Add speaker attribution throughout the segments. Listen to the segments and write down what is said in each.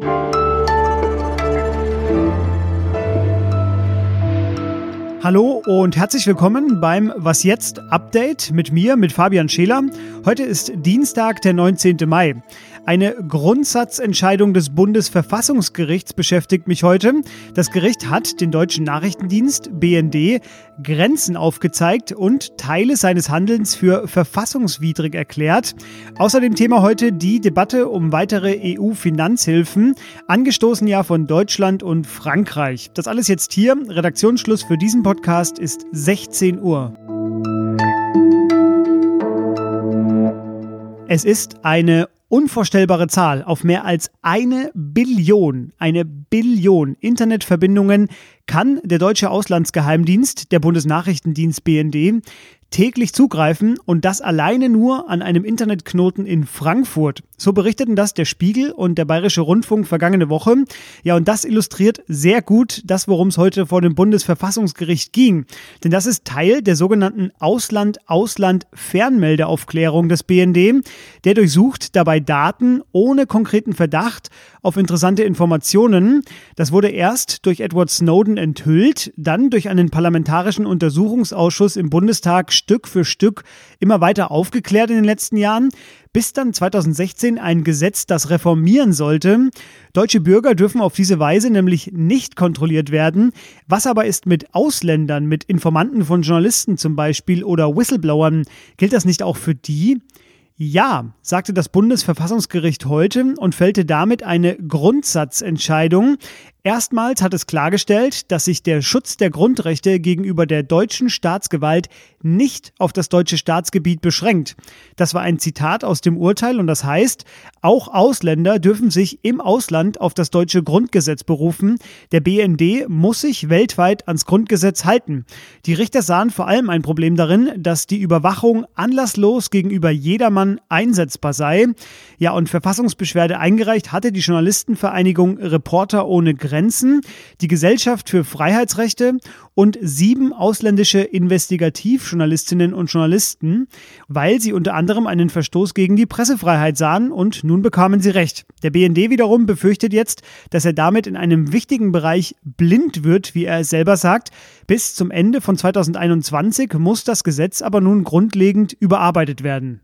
Speaker 1: Hallo und herzlich willkommen beim Was jetzt Update mit mir, mit Fabian Scheler. Heute ist Dienstag, der 19. Mai. Eine Grundsatzentscheidung des Bundesverfassungsgerichts beschäftigt mich heute. Das Gericht hat den deutschen Nachrichtendienst BND Grenzen aufgezeigt und Teile seines Handelns für verfassungswidrig erklärt. Außerdem Thema heute die Debatte um weitere EU-Finanzhilfen, angestoßen ja von Deutschland und Frankreich. Das alles jetzt hier. Redaktionsschluss für diesen Podcast ist 16 Uhr. Es ist eine unvorstellbare Zahl. Auf mehr als 1 Billion Internetverbindungen kann der deutsche Auslandsgeheimdienst, der Bundesnachrichtendienst BND, täglich zugreifen und das alleine nur an einem Internetknoten in Frankfurt. So berichteten das der Spiegel und der Bayerische Rundfunk vergangene Woche. Ja, und das illustriert sehr gut das, worum es heute vor dem Bundesverfassungsgericht ging. Denn das ist Teil der sogenannten Ausland-Fernmeldeaufklärung des BND. Der durchsucht dabei Daten ohne konkreten Verdacht auf interessante Informationen. Das wurde erst durch Edward Snowden enthüllt, dann durch einen parlamentarischen Untersuchungsausschuss im Bundestag Stück für Stück immer weiter aufgeklärt in den letzten Jahren, bis dann 2016 ein Gesetz das reformieren sollte. Deutsche Bürger dürfen auf diese Weise nämlich nicht kontrolliert werden. Was aber ist mit Ausländern, mit Informanten von Journalisten zum Beispiel oder Whistleblowern? Gilt das nicht auch für die? Ja, sagte das Bundesverfassungsgericht heute und fällte damit eine Grundsatzentscheidung. Erstmals hat es klargestellt, dass sich der Schutz der Grundrechte gegenüber der deutschen Staatsgewalt nicht auf das deutsche Staatsgebiet beschränkt. Das war ein Zitat aus dem Urteil und das heißt, auch Ausländer dürfen sich im Ausland auf das deutsche Grundgesetz berufen. Der BND muss sich weltweit ans Grundgesetz halten. Die Richter sahen vor allem ein Problem darin, dass die Überwachung anlasslos gegenüber jedermann einsetzbar sei. Ja, und Verfassungsbeschwerde eingereicht hatte die Journalistenvereinigung Reporter ohne Grenzen, die Gesellschaft für Freiheitsrechte und 7 ausländische Investigativjournalistinnen und Journalisten, weil sie unter anderem einen Verstoß gegen die Pressefreiheit sahen und nun bekamen sie Recht. Der BND wiederum befürchtet jetzt, dass er damit in einem wichtigen Bereich blind wird, wie er es selber sagt. Bis zum Ende von 2021 muss das Gesetz aber nun grundlegend überarbeitet werden.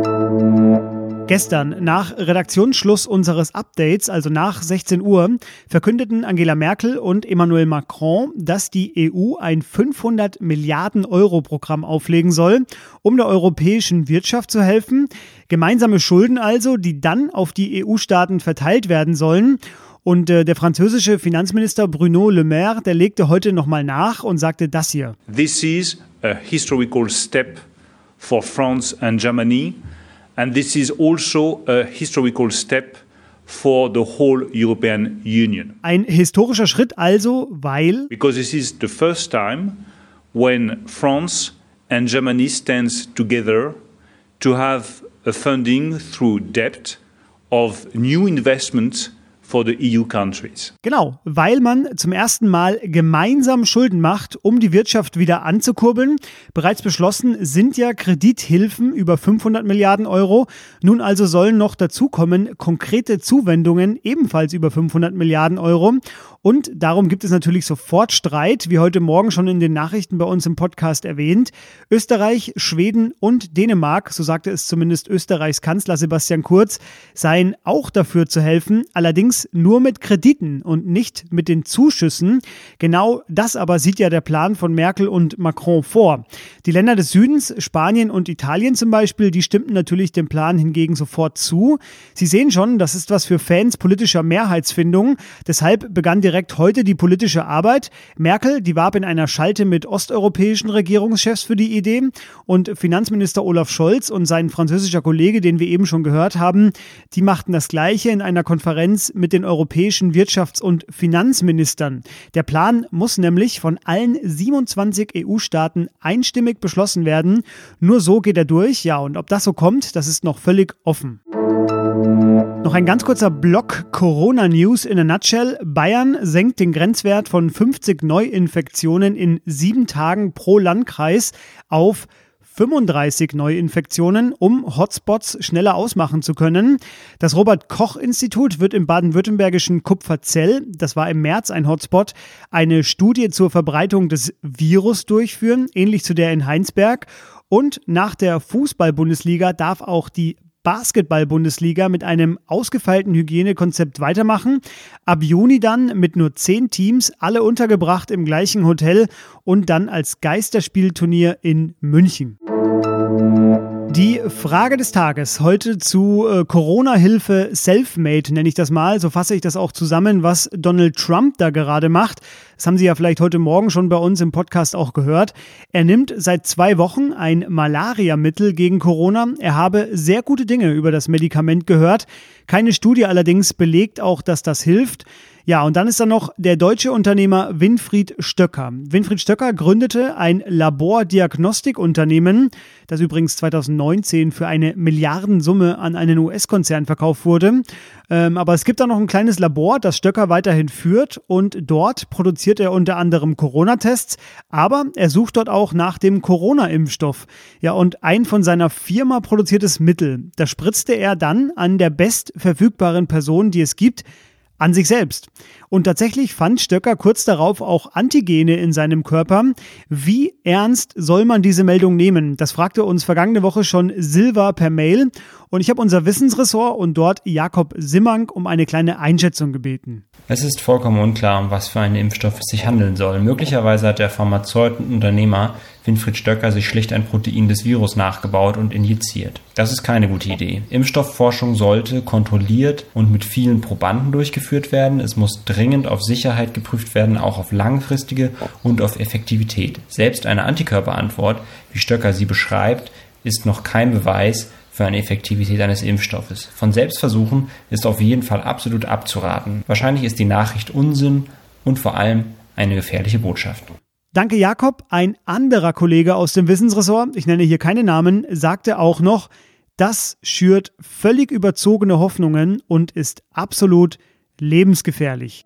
Speaker 1: Gestern, nach Redaktionsschluss unseres Updates, also nach 16 Uhr, verkündeten Angela Merkel und Emmanuel Macron, dass die EU ein 500 Milliarden Euro Programm auflegen soll, um der europäischen Wirtschaft zu helfen. Gemeinsame Schulden also, die dann auf die EU-Staaten verteilt werden sollen. Und der französische Finanzminister Bruno Le Maire, der legte heute nochmal nach und sagte das hier.
Speaker 2: This is a historical step for France and Germany. And this is also a historical step for the whole European Union.
Speaker 1: Ein historischer Schritt also, weil...
Speaker 2: Because this is the first time when France and Germany stands together to have a funding through debt of new investments for the EU countries.
Speaker 1: Genau, weil man zum ersten Mal gemeinsam Schulden macht, um die Wirtschaft wieder anzukurbeln. Bereits beschlossen sind ja Kredithilfen über 500 Milliarden Euro. Nun also sollen noch dazukommen konkrete Zuwendungen, ebenfalls über 500 Milliarden Euro. Und darum gibt es natürlich sofort Streit, wie heute Morgen schon in den Nachrichten bei uns im Podcast erwähnt. Österreich, Schweden und Dänemark, so sagte es zumindest Österreichs Kanzler Sebastian Kurz, seien auch dafür zu helfen, allerdings nur mit Krediten und nicht mit den Zuschüssen. Genau das aber sieht ja der Plan von Merkel und Macron vor. Die Länder des Südens, Spanien und Italien zum Beispiel, die stimmten natürlich dem Plan hingegen sofort zu. Sie sehen schon, das ist was für Fans politischer Mehrheitsfindung. Deshalb begann direkt heute die politische Arbeit. Merkel, die warb in einer Schalte mit osteuropäischen Regierungschefs für die Idee und Finanzminister Olaf Scholz und sein französischer Kollege, den wir eben schon gehört haben, die machten das Gleiche in einer Konferenz mit den europäischen Wirtschafts- und Finanzministern. Der Plan muss nämlich von allen 27 EU-Staaten einstimmig beschlossen werden. Nur so geht er durch. Ja, und ob das so kommt, das ist noch völlig offen. Noch ein ganz kurzer Block Corona-News in a nutshell. Bayern senkt den Grenzwert von 50 Neuinfektionen in 7 Tagen pro Landkreis auf 35 Neuinfektionen, um Hotspots schneller ausmachen zu können. Das Robert-Koch-Institut wird im baden-württembergischen Kupferzell, das war im März ein Hotspot, eine Studie zur Verbreitung des Virus durchführen, ähnlich zu der in Heinsberg. Und nach der Fußball-Bundesliga darf auch die Basketball-Bundesliga mit einem ausgefeilten Hygienekonzept weitermachen. Ab Juni dann mit nur 10 Teams, alle untergebracht im gleichen Hotel und dann als Geisterspielturnier in München. Die Frage des Tages heute zu Corona-Hilfe Selfmade, nenne ich das mal. So fasse ich das auch zusammen, was Donald Trump da gerade macht. Das haben Sie ja vielleicht heute Morgen schon bei uns im Podcast auch gehört. Er nimmt seit 2 Wochen ein Malariamittel gegen Corona. Er habe sehr gute Dinge über das Medikament gehört. Keine Studie allerdings belegt auch, dass das hilft. Ja, und dann ist da noch der deutsche Unternehmer Winfried Stöcker. Winfried Stöcker gründete ein Labordiagnostikunternehmen, das übrigens 2019 für eine Milliardensumme an einen US-Konzern verkauft wurde. Aber es gibt da noch ein kleines Labor, das Stöcker weiterhin führt und dort produziert er unter anderem Corona-Tests, aber er sucht dort auch nach dem Corona-Impfstoff. Ja, und ein von seiner Firma produziertes Mittel, das spritzte er dann an der bestverfügbaren Person, die es gibt, an sich selbst. Und tatsächlich fand Stöcker kurz darauf auch Antigene in seinem Körper. Wie ernst soll man diese Meldung nehmen? Das fragte uns vergangene Woche schon Silva per Mail. Und ich habe unser Wissensressort und dort Jakob Simmank um eine kleine Einschätzung gebeten.
Speaker 3: Es ist vollkommen unklar, um was für einen Impfstoff es sich handeln soll. Möglicherweise hat der Pharmazeut und Unternehmer Winfried Stöcker sich schlicht ein Protein des Virus nachgebaut und injiziert. Das ist keine gute Idee. Impfstoffforschung sollte kontrolliert und mit vielen Probanden durchgeführt werden. Es muss dringend auf Sicherheit geprüft werden, auch auf langfristige und auf Effektivität. Selbst eine Antikörperantwort, wie Stöcker sie beschreibt, ist noch kein Beweis für eine Effektivität eines Impfstoffes. Von Selbstversuchen ist auf jeden Fall absolut abzuraten. Wahrscheinlich ist die Nachricht Unsinn und vor allem eine gefährliche Botschaft.
Speaker 1: Danke, Jakob. Ein anderer Kollege aus dem Wissensressort, ich nenne hier keine Namen, sagte auch noch, das schürt völlig überzogene Hoffnungen und ist absolut lebensgefährlich.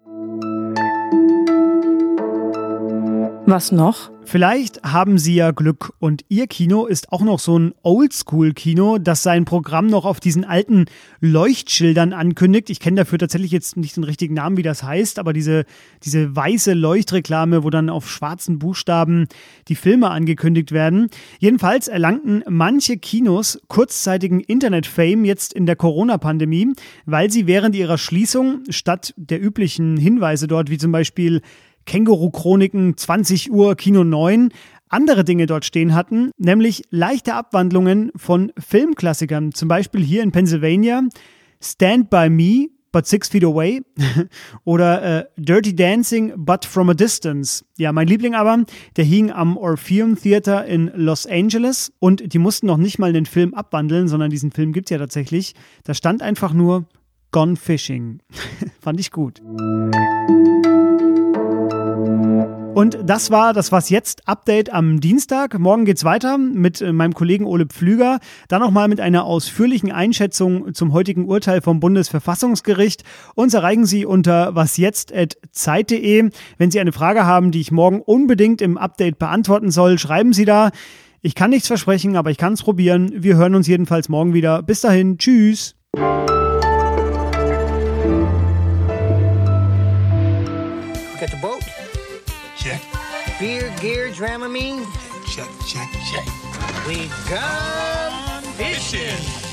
Speaker 4: Was noch?
Speaker 1: Vielleicht haben Sie ja Glück und Ihr Kino ist auch noch so ein Oldschool-Kino, das sein Programm noch auf diesen alten Leuchtschildern ankündigt. Ich kenne dafür tatsächlich jetzt nicht den richtigen Namen, wie das heißt, aber diese weiße Leuchtreklame, wo dann auf schwarzen Buchstaben die Filme angekündigt werden. Jedenfalls erlangten manche Kinos kurzzeitigen Internet-Fame jetzt in der Corona-Pandemie, weil sie während ihrer Schließung statt der üblichen Hinweise dort, wie zum Beispiel Känguru-Chroniken, 20 Uhr, Kino 9, andere Dinge dort stehen hatten, nämlich leichte Abwandlungen von Filmklassikern. Zum Beispiel hier in Pennsylvania Stand By Me, But 6 Feet Away oder Dirty Dancing, But From a Distance. Ja, mein Liebling aber, der hing am Orpheum Theater in Los Angeles und die mussten noch nicht mal den Film abwandeln, sondern diesen Film gibt's ja tatsächlich. Da stand einfach nur Gone Fishing. Fand ich gut. Und das war das Was Jetzt Update am Dienstag. Morgen geht's weiter mit meinem Kollegen Ole Pflüger. Dann nochmal mit einer ausführlichen Einschätzung zum heutigen Urteil vom Bundesverfassungsgericht. Uns erreichen Sie unter wasjetzt@zeit.de. Wenn Sie eine Frage haben, die ich morgen unbedingt im Update beantworten soll, schreiben Sie da. Ich kann nichts versprechen, aber ich kann es probieren. Wir hören uns jedenfalls morgen wieder. Bis dahin, tschüss.
Speaker 5: Got the boat?
Speaker 6: Check.
Speaker 5: Beer, gear, Dramamine?
Speaker 6: Check.
Speaker 5: We gone fishing.